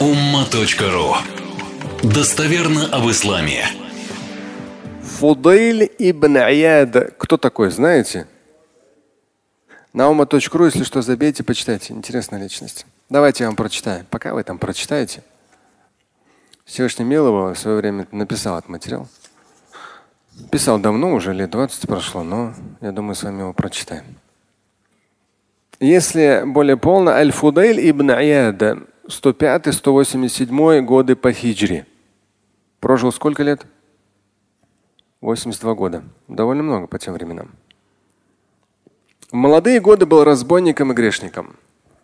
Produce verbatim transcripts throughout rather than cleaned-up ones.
умма точка ру. Достоверно об исламе. Фудейль ибн Ияд. Кто такой, знаете? На умма точка ру, если что, забейте, почитайте. Интересная личность. Давайте я вам прочитаю. Пока вы там прочитаете. Всевышний Милова в свое время написал этот материал. Писал давно, уже лет двадцать прошло, но я думаю, с вами его прочитаем. Если более полно, Аль-Фудейль ибн Ияд, сто пятый — сто восемьдесят седьмой годы по хиджре. Прожил сколько лет? восемьдесят два года. Довольно много по тем временам. В молодые годы был разбойником и грешником.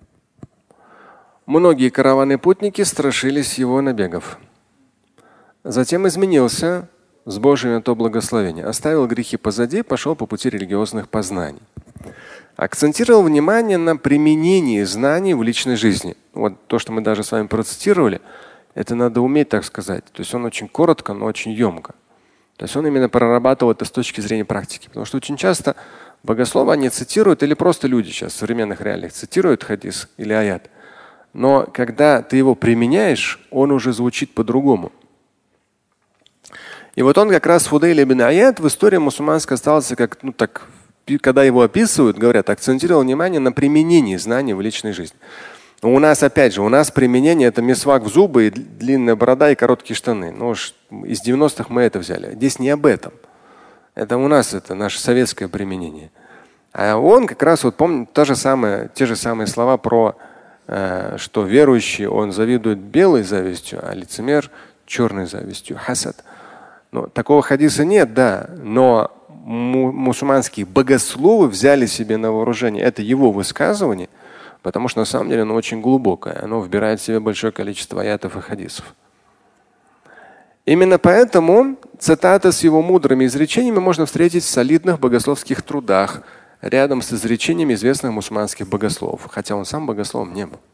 Многие караваны путники страшились его набегов. Затем изменился с Божьим на то благословение. Оставил грехи позади, пошел по пути религиозных познаний. Акцентировал внимание на применении знаний в личной жизни. Вот то, что мы даже с вами процитировали, это надо уметь так сказать. То есть он очень коротко, но очень емко. То есть он именно прорабатывал это с точки зрения практики. Потому что очень часто богословы они цитируют, или просто люди сейчас в современных реалиях цитируют хадис или аят. Но когда ты его применяешь, он уже звучит по-другому. И вот он как раз Фудейль ибн Ияд в истории мусульманской остался как, ну так, когда его описывают, говорят, акцентировал внимание на применении знаний в личной жизни. Но у нас, опять же, у нас применение — это мисвак в зубы, и длинная борода и короткие штаны. Ну, из девяностых мы это взяли. Здесь не об этом. Это у нас это наше советское применение. А он как раз, вот помнит, то же самое, те же самые слова про, э, что верующий, он завидует белой завистью, а лицемер — черной завистью. Хасад. Ну, такого хадиса нет, да, но мусульманские богословы взяли себе на вооружение это его высказывание, потому что на самом деле оно очень глубокое. Оно вбирает в себя большое количество аятов и хадисов. Именно поэтому цитаты с его мудрыми изречениями можно встретить в солидных богословских трудах, рядом с изречениями известных мусульманских богословов, хотя он сам богословом не был.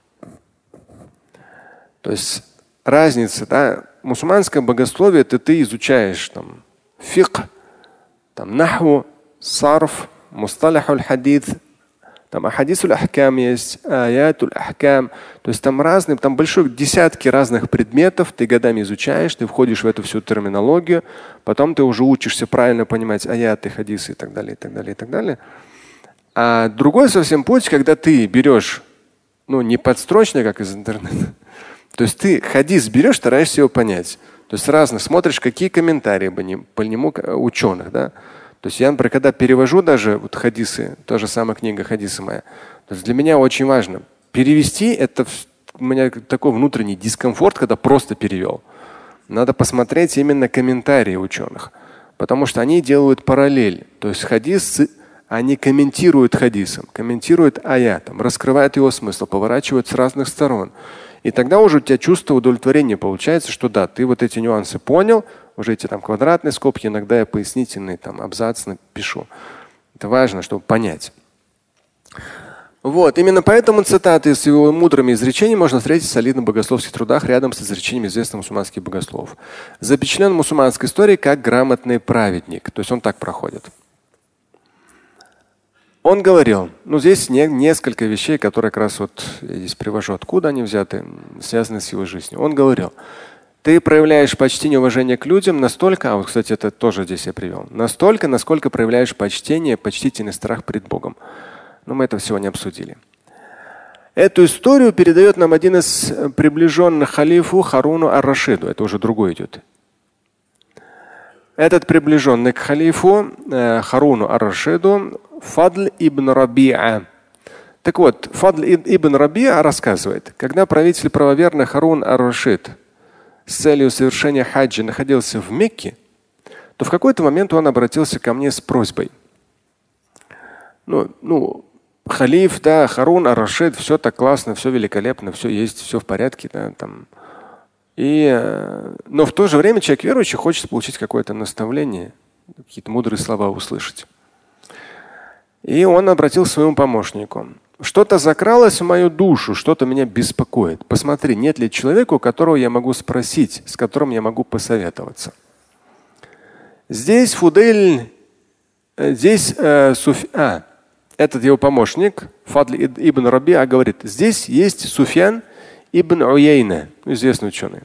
То есть разница, да, мусульманское богословие — это ты изучаешь там фикх, там нахву, сарф, мусталахуль хадис, там ахадисуль ахкам есть, аятуль ахкам. То есть там разные, там большой десятки разных предметов, ты годами изучаешь, ты входишь в эту всю терминологию, потом ты уже учишься правильно понимать аяты, хадисы и так далее, и так далее, и так далее. А другой совсем путь, когда ты берешь, ну не подстрочно, как из интернета, то есть ты хадис берешь, стараешься его понять. То есть разно смотришь, какие комментарии по нему ученых, да. То есть я, например, когда перевожу даже вот хадисы, та же самая книга хадисы моя, то есть для меня очень важно перевести. Это у меня такой внутренний дискомфорт, когда просто перевел. Надо посмотреть именно комментарии ученых, потому что они делают параллель. То есть хадис, они комментируют хадисом, комментируют аятом, раскрывают его смысл, поворачивают с разных сторон. И тогда уже у тебя чувство удовлетворения получается, что да, ты вот эти нюансы понял, уже эти там квадратные скобки, иногда я пояснительные там абзацы пишу. Это важно, чтобы понять. Вот, именно поэтому цитаты с его мудрыми изречениями можно встретить в солидных богословских трудах рядом с изречениями известных мусульманских богословов. Запечатлен в мусульманской истории как грамотный праведник. То есть он так проходит. Он говорил, ну здесь не, несколько вещей, которые как раз вот я здесь привожу, откуда они взяты, связаны с его жизнью. Он говорил, ты проявляешь почтение и уважение к людям настолько, а вот, кстати, это тоже здесь я привел, настолько, насколько проявляешь почтение, почтительный страх пред Богом. Но мы это всего не обсудили. Эту историю передает нам один из приближенных халифу Харуну ар-Рашиду. Это уже другой идет. Этот приближенный к халифу э, Харуну ар-Рашиду Фадль ибн Рабиа. Так вот, Фадль ибн Рабиа рассказывает, когда правитель правоверный Харун ар-Рашид с целью совершения хаджа находился в Мекке, то в какой-то момент он обратился ко мне с просьбой. Ну, ну халиф, да, Харун ар-Рашид, все так классно, все великолепно, все есть, все в порядке, да, там. И, но в то же время человек верующий хочет получить какое-то наставление, какие-то мудрые слова услышать. И он обратился к своему помощнику. Что-то закралось в мою душу, что-то меня беспокоит. Посмотри, нет ли человека, у которого я могу спросить, с которым я могу посоветоваться. Здесь Фудейль, здесь э, Суф... а, этот его помощник, Фадль ибн Рабиа, говорит, здесь есть Суфьян ибн Уяйна, известный ученый.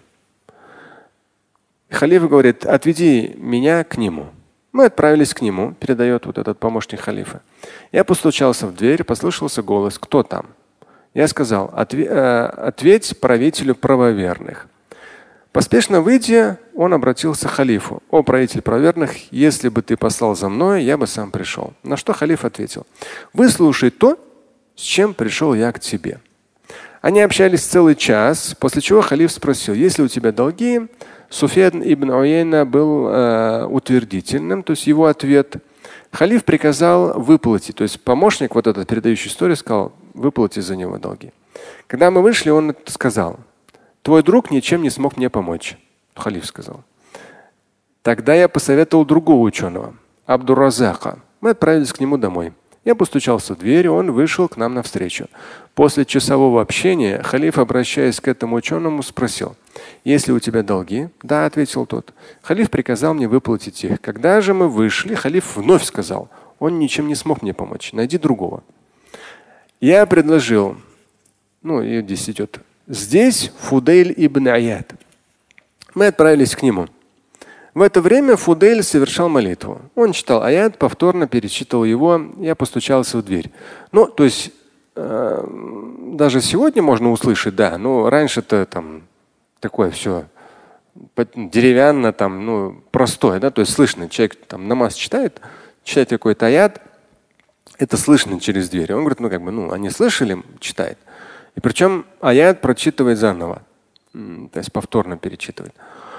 Халиф говорит: отведи меня к нему. Мы отправились к нему, передает вот этот помощник халифа. Я постучался в дверь, послышался голос: кто там? Я сказал: ответь правителю правоверных. Поспешно выйдя, он обратился к халифу: о правитель правоверных, если бы ты послал за мной, я бы сам пришел. На что халиф ответил: выслушай то, с чем пришел я к тебе. Они общались целый час, после чего халиф спросил: есть ли у тебя долги? Суфьян ибн Уяйна был э, утвердительным, то есть его ответ. Халиф приказал выплатить, то есть помощник, вот этот передающий историю, сказал: выплати за него долги. Когда мы вышли, он сказал: твой друг ничем не смог мне помочь. Халиф сказал. Тогда я посоветовал другого ученого, Абдур-Разака. Мы отправились к нему домой. Я постучался в дверь, он вышел к нам навстречу. После часового общения халиф, обращаясь к этому ученому, спросил: есть ли у тебя долги? Да, ответил тот. Халиф приказал мне выплатить их. Когда же мы вышли, халиф вновь сказал: он ничем не смог мне помочь. Найди другого. Я предложил, ну и здесь идет, здесь Фудейль ибн Аяд. Мы отправились к нему. В это время Фудейль совершал молитву. Он читал аят, повторно перечитывал его. Я постучался в дверь. Ну, то есть э, даже сегодня можно услышать, да, но раньше-то там такое все деревянно, там, ну, простое, да, то есть слышно. Человек там намаз читает, читает какой-то аят, это слышно через дверь. Он говорит: ну, как бы, ну, они слышали, читает. И причем аят прочитывает заново, то есть повторно перечитывает.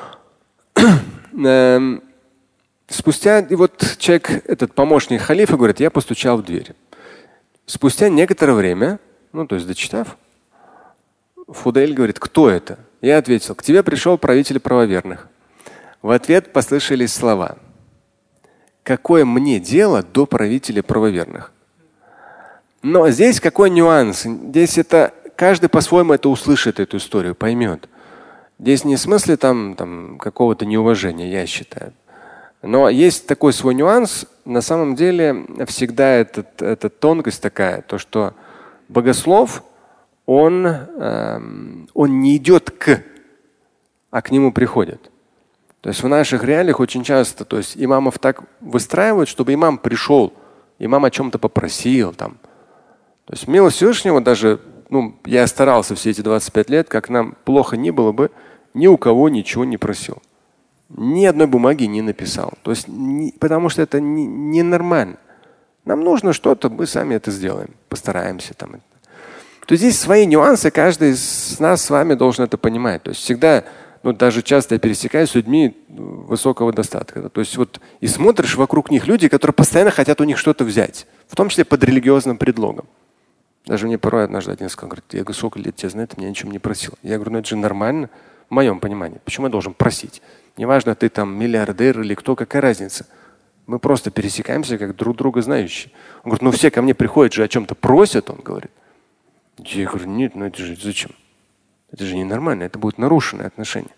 Спустя, и вот человек, этот помощник халифа, говорит: я постучал в дверь. Спустя некоторое время, ну то есть дочитав, Фудейль говорит: кто это? Я ответил: к тебе пришел правитель правоверных. В ответ послышались слова: какое мне дело до правителя правоверных? Но здесь какой нюанс? Здесь это каждый по-своему это услышит, эту историю, поймет. Здесь не в смысле там, там какого-то неуважения, я считаю. Но есть такой свой нюанс. На самом деле всегда этот, эта тонкость такая, то что богослов, он, э, он не идет к, а к нему приходит. То есть в наших реалиях очень часто, то есть имамов так выстраивают, чтобы имам пришел, имам о чем-то попросил. Там. То есть милость Всевышнего даже, ну, я старался все эти двадцать пять лет, как нам плохо ни было бы, ни у кого ничего не просил. Ни одной бумаги не написал. То есть, не, потому что это ненормально. Не Нам нужно что-то, мы сами это сделаем. Постараемся. Там. То есть здесь свои нюансы, каждый из нас с вами должен это понимать. То есть всегда, ну, даже часто я пересекаюсь с людьми высокого достатка. То есть вот и смотришь вокруг них люди, которые постоянно хотят у них что-то взять. В том числе под религиозным предлогом. Даже мне порой однажды один сказал: говорит, я говорю, сколько лет тебя знает, меня ничем не просил. Я говорю: ну это же нормально в моем понимании. Почему я должен просить? Неважно, ты там миллиардер или кто, какая разница. Мы просто пересекаемся как друг друга знающие. Он говорит: ну все ко мне приходят же о чем-то просят, он говорит. Я говорю: нет, ну это же зачем? Это же ненормально, это будет нарушенное отношение.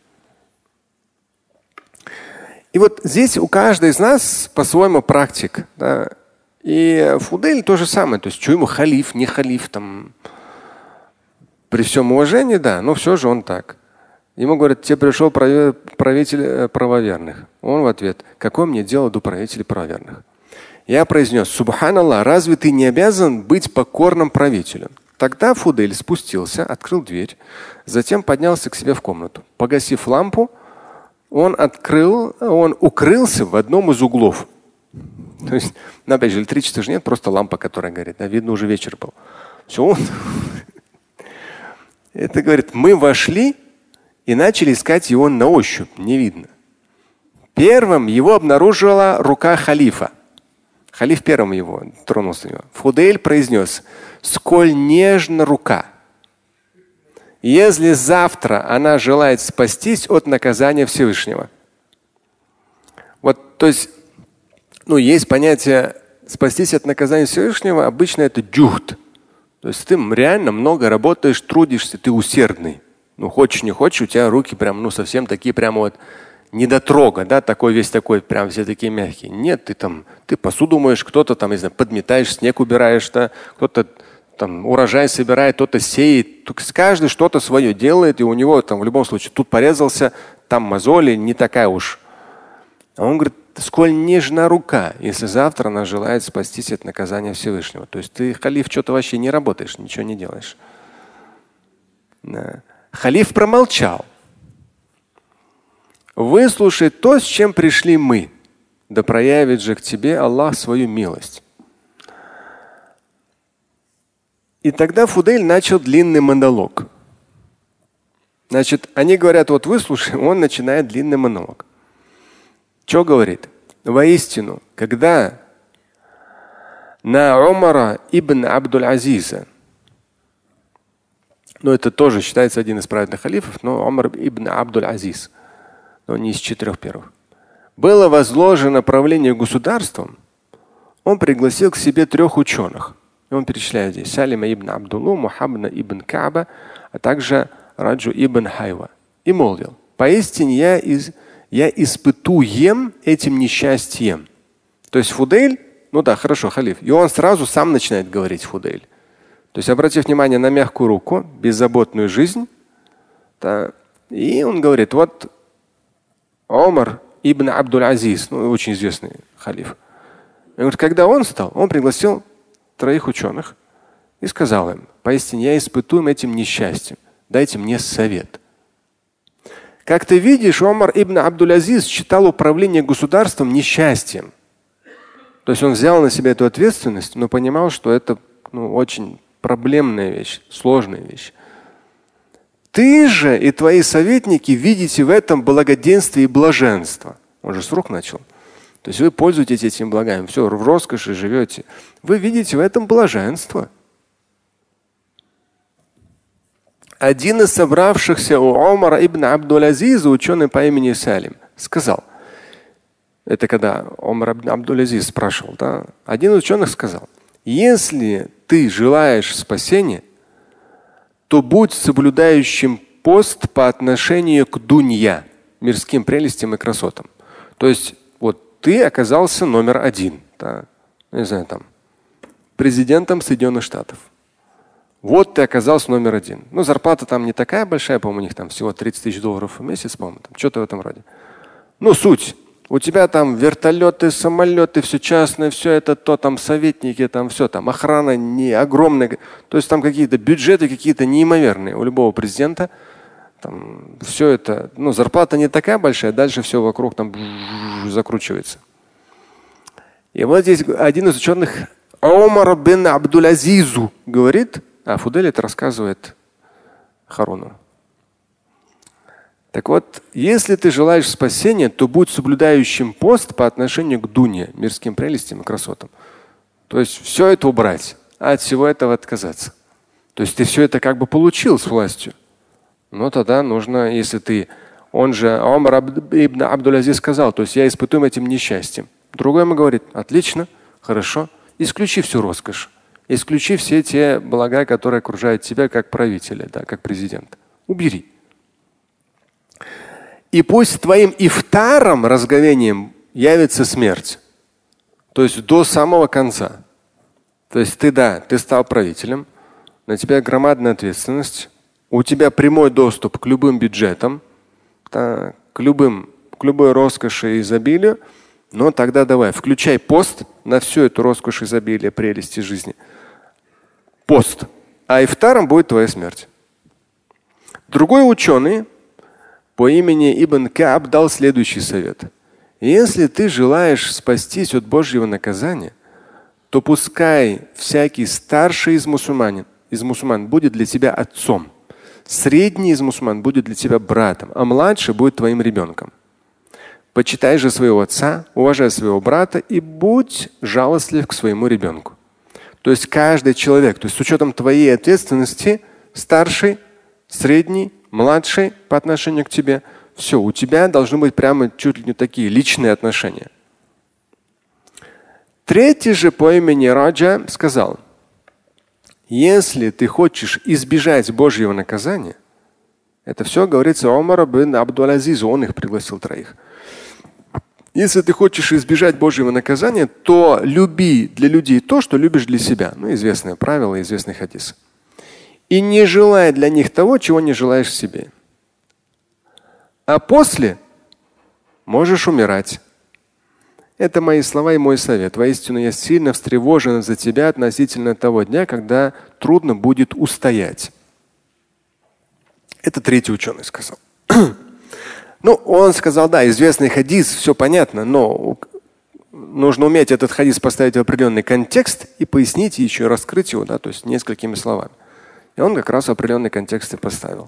И вот здесь у каждого из нас по-своему практик. Да? И Фудель то же самое. То есть, что ему халиф, не халиф, там, при всем уважении, да, но все же он так. Ему говорят: тебе пришел правитель правоверных. Он в ответ: какое мне дело до правителей правоверных? Я произнес: субханаллах, разве ты не обязан быть покорным правителю? Тогда Фудель спустился, открыл дверь, затем поднялся к себе в комнату. Погасив лампу, он открыл, он укрылся в одном из углов. То есть, ну, опять же, электричества же нет, просто лампа, которая горит. Да, видно, уже вечер был. Все, он... Это говорит, мы вошли и начали искать его на ощупь. Не видно. Первым его обнаружила рука халифа. Халиф первым его тронулся. Его. Фудель произнес: сколь нежна рука. Если завтра она желает спастись от наказания Всевышнего. Вот, то есть, ну, есть понятие спастись от наказания Всевышнего, обычно это джухд. То есть ты реально много работаешь, трудишься, ты усердный. Ну, хочешь, не хочешь, у тебя руки прям, ну, совсем такие прямо вот недотрога, да, такой весь такой, прям все такие мягкие. Нет, ты там, ты посуду моешь, кто-то там, не знаю, подметаешь, снег убираешь, да, кто-то там урожай собирает, кто-то сеет, каждый что-то свое делает, и у него там в любом случае тут порезался, там мозоли, не такая уж. А он говорит, сколь нежна рука, если завтра она желает спастись от наказания Всевышнего. То есть ты, халиф, что-то вообще не работаешь, ничего не делаешь. Да. Халиф промолчал. Выслушай то, с чем пришли мы, да проявит же к тебе Аллах свою милость. И тогда Фудель начал длинный монолог. Значит, они говорят, вот выслушай, он начинает длинный монолог. Что говорит? Воистину, когда на Умара ибн Абдуль-Азиза, ну это тоже считается один из праведных халифов, но Умар ибн Абдуль-Азиз, но не из четырех первых, было возложено правление государством, он пригласил к себе трех ученых. И он перечисляет здесь Салима ибн Абдуллу, Мухаммада ибн Кааба, а также Раджу ибн Хайва. И молвил, поистине я, из, я испытуем этим несчастьем. То есть Фудель, ну да, хорошо, халиф. И он сразу сам начинает говорить Фудель. То есть обратив внимание на мягкую руку, беззаботную жизнь. Да, и он говорит, вот Умар ибн Абдуль-Азиз, ну, очень известный халиф. И говорит, когда он стал, он пригласил троих ученых и сказал им, поистине я испытуем этим несчастьем. Дайте мне совет. Как ты видишь, Умар ибн Абдуль-Азиз считал управление государством несчастьем. То есть он взял на себя эту ответственность, но понимал, что это ну, очень проблемная вещь, сложная вещь. Ты же и твои советники видите в этом благоденствие и блаженство. Он же с рук начал. То есть вы пользуетесь этим благами, все, в роскоши живете. Вы видите в этом блаженство. Один из собравшихся у Умара ибн Абдуль-Азиза, ученый по имени Салим, сказал, это когда Умар ибн Абдуль-Азиз спрашивал, да, один из ученых сказал, если ты желаешь спасения, то будь соблюдающим пост по отношению к дунья, мирским прелестям и красотам. То есть вот ты оказался номер один, да, не знаю, там, президентом Соединенных Штатов. Вот ты оказался номер один. Ну, зарплата там не такая большая, по-моему, у них там всего тридцать тысяч долларов в месяц, по-моему, там, что-то в этом роде. Ну, суть. У тебя там вертолеты, самолеты, все частное, все это, то там советники, там все, там охрана не огромная. То есть там какие-то бюджеты какие-то неимоверные у любого президента. Там все это, ну, зарплата не такая большая, дальше все вокруг там закручивается. И вот здесь один из ученых, Умар бин Абдуль-Азизу, говорит, а Фудель это рассказывает Харуну. Так вот, если ты желаешь спасения, то будь соблюдающим пост по отношению к дуне, мирским прелестям и красотам. То есть все это убрать, а от всего этого отказаться. То есть ты все это как бы получил с властью. Но тогда нужно, если ты, он же Умар ибн Абдуль-Азиз сказал, то есть я испытуем этим несчастьем. Другой ему говорит, отлично, хорошо, исключи всю роскошь, исключи все те блага, которые окружают тебя как правителя, да, как президента. Убери. И пусть твоим ифтаром, разговением, явится смерть. То есть до самого конца. То есть ты, да, ты стал правителем, на тебя громадная ответственность, у тебя прямой доступ к любым бюджетам, да, к, любым, к любой роскоши и изобилию, но тогда давай, включай пост на всю эту роскошь, изобилие, прелести жизни. Пост. А ифтаром будет твоя смерть. Другой ученый по имени Ибн Кааб дал следующий совет. Если ты желаешь спастись от Божьего наказания, то пускай всякий старший из мусульман, из мусульман будет для тебя отцом, средний из мусульман будет для тебя братом, а младший будет твоим ребенком. Почитай же своего отца, уважай своего брата и будь жалостлив к своему ребенку. То есть каждый человек, то есть с учетом твоей ответственности, старший, средний, младший по отношению к тебе, все, у тебя должны быть прямо чуть ли не такие личные отношения. Третий же по имени Раджа сказал, если ты хочешь избежать Божьего наказания, это все говорится Умару бин Абдуль-Азизу, он их пригласил троих. Если ты хочешь избежать Божьего наказания, то люби для людей то, что любишь для себя. Ну, известное правило, известный хадис. И не желай для них того, чего не желаешь себе. А после можешь умирать. Это мои слова и мой совет. Воистину я сильно встревожен за тебя относительно того дня, когда трудно будет устоять. Это третий ученый сказал. Ну, он сказал, да, известный хадис, все понятно, но нужно уметь этот хадис поставить в определенный контекст и пояснить, и еще раскрыть его, да, то есть несколькими словами. И он как раз в определенный контекст и поставил.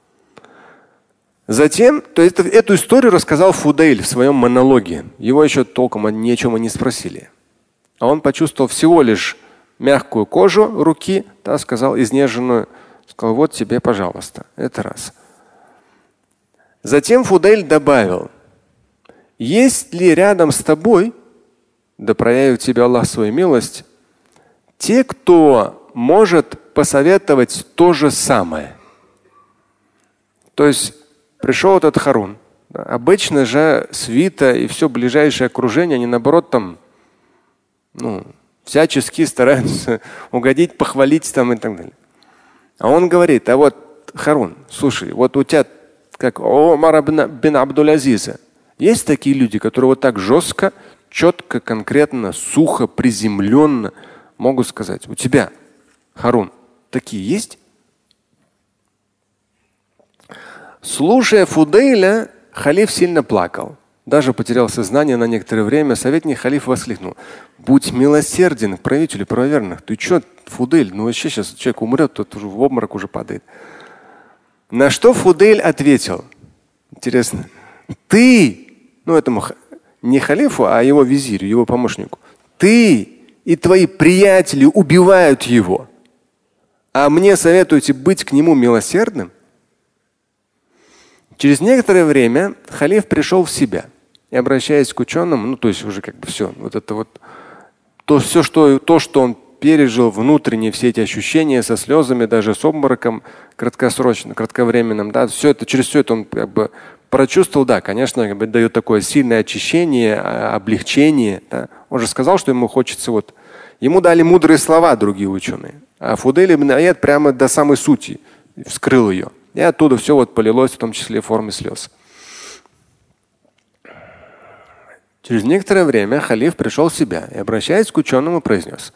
Затем, то есть эту историю рассказал Фудейль в своем монологе. Его еще толком ни о чем и не спросили. А он почувствовал всего лишь мягкую кожу руки, да, сказал изнеженную, сказал, вот тебе, пожалуйста. Это раз. Затем Фудейль добавил, есть ли рядом с тобой, да проявит тебе Аллах свою милость, те, кто может посоветовать то же самое. То есть пришел этот Харун. Обычно же свита и все ближайшее окружение, они наоборот там ну, всячески стараются угодить, похвалить там и так далее. А он говорит, а вот Харун, слушай, вот у тебя как Омар бин Абдул-Азиза. Есть такие люди, которые вот так жестко, четко, конкретно, сухо, приземленно могут сказать, у тебя, Харун, такие есть? Слушая Фудейля, халиф сильно плакал. Даже потерял сознание на некоторое время. Советник халиф воскликнул. Будь милосерден к правителю правоверных. Ты что, Фудель? Ну вообще сейчас человек умрет, тот уже в обморок уже падает. На что Фудель ответил. Интересно. Ты, ну этому не халифу, а его визирю, его помощнику. Ты и твои приятели убивают его. А мне советуете быть к нему милосердным? Через некоторое время халиф пришел в себя и, обращаясь к ученым, ну то есть уже как бы все, вот это вот то, все, что, то, что он пережил внутренние все эти ощущения со слезами, даже с обмороком краткосрочным, кратковременным, да, все это, через все это он как бы прочувствовал, да, конечно, как бы дает такое сильное очищение, облегчение. Да. Он же сказал, что ему хочется вот, ему дали мудрые слова другие ученые, а Фудель ибн Аяд прямо до самой сути вскрыл ее. И оттуда все вот полилось, в том числе в форме слез. Через некоторое время халиф пришел в себя и, обращаясь к ученому, произнес,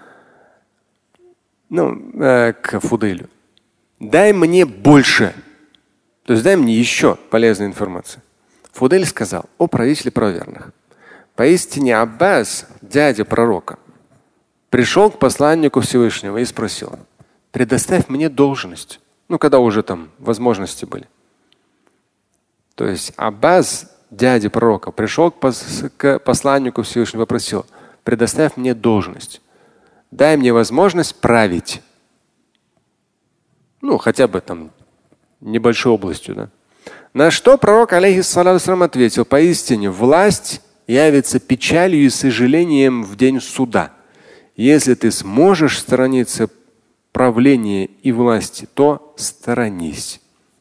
ну, э, к Фуделю, дай мне больше, то есть дай мне еще полезной информации. Фудель сказал, о правителе правоверных, поистине Аббас, дядя пророка, пришел к посланнику Всевышнего и спросил, предоставь мне должность. Ну, когда уже там возможности были. То есть Аббас, дядя пророка, пришел к, пос к посланнику Всевышнего и попросил, предоставь мне должность. Дай мне возможность править. Ну, хотя бы там небольшой областью. Да? На что пророк, алейхиссалям, ответил, поистине власть явится печалью и сожалением в день суда. Если ты сможешь сторониться правления и власти, то сторонись.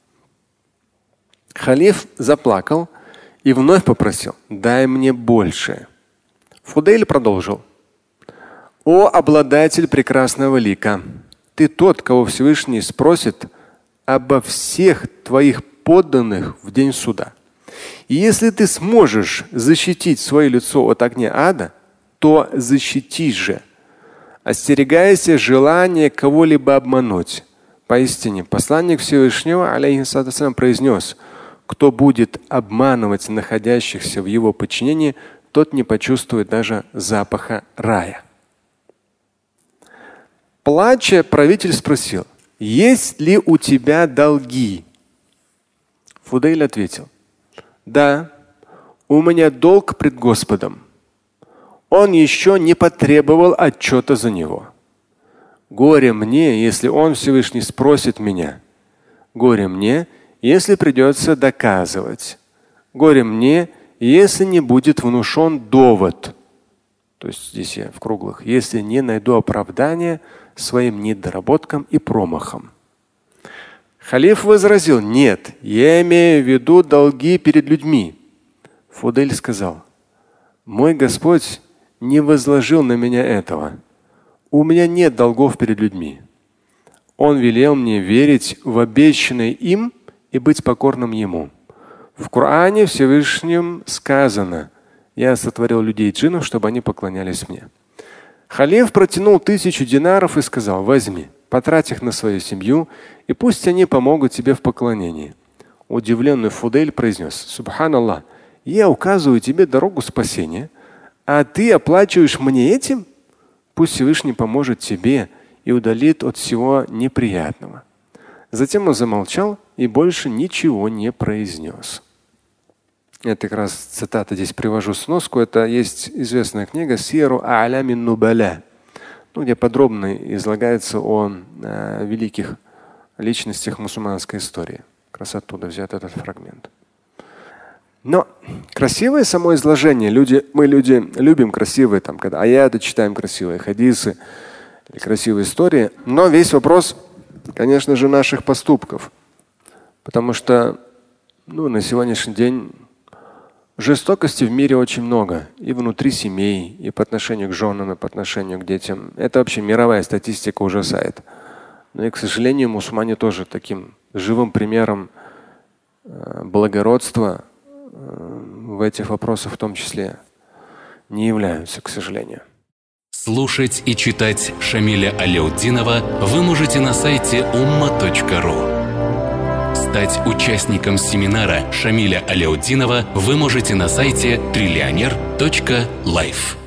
Халиф заплакал и вновь попросил, дай мне больше. Фудель продолжил. О обладатель прекрасного лика, ты тот, кого Всевышний спросит обо всех твоих подданных в день суда. И если ты сможешь защитить свое лицо от огня ада, то защитись же. Остерегайся желания кого-либо обмануть. Поистине, посланник Всевышнего, алейхиссалям, произнес, кто будет обманывать находящихся в его подчинении, тот не почувствует даже запаха рая. Плача, правитель спросил, есть ли у тебя долги? Фудель ответил, да, у меня долг пред Господом. Он еще не потребовал отчета за него. Горе мне, если он Всевышний спросит меня. Горе мне, если придется доказывать. Горе мне, если не будет внушен довод. То есть здесь я в круглых. Если не найду оправдания своим недоработкам и промахам. Халиф возразил, нет, я имею в виду долги перед людьми. Фудель сказал, мой Господь не возложил на меня этого. У меня нет долгов перед людьми. Он велел мне верить в обещанное им и быть покорным Ему. В Коране Всевышнем сказано: я сотворил людей и джиннов, чтобы они поклонялись мне. Халиф протянул тысячу динаров и сказал: возьми, потрать их на свою семью, и пусть они помогут тебе в поклонении. Удивленный Фудель произнес: Субханаллах, я указываю тебе дорогу спасения, а ты оплачиваешь мне этим? Пусть Всевышний поможет тебе и удалит от всего неприятного. Затем он замолчал и больше ничего не произнес. Это как раз цитата, здесь привожу сноску. Это есть известная книга «Сиру А'лямин Нубаля», ну, где подробно излагается о э, великих личностях мусульманской истории. Как раз оттуда взят этот фрагмент. Но красивое само изложение. Люди, мы люди любим красивые, там, когда аяты читаем красивые, хадисы, или красивые истории. Но весь вопрос, конечно же, наших поступков. Потому что ну, на сегодняшний день жестокости в мире очень много. И внутри семей, и по отношению к женам, и по отношению к детям. Это вообще мировая статистика ужасает. Но и, к сожалению, мусульмане тоже таким живым примером благородства в этих вопросах в том числе не являются, к сожалению. Слушать и читать Шамиля Аляутдинова вы можете на сайте умма точка ру. Стать участником семинара Шамиля Аляутдинова вы можете на сайте триллионер точка лайф.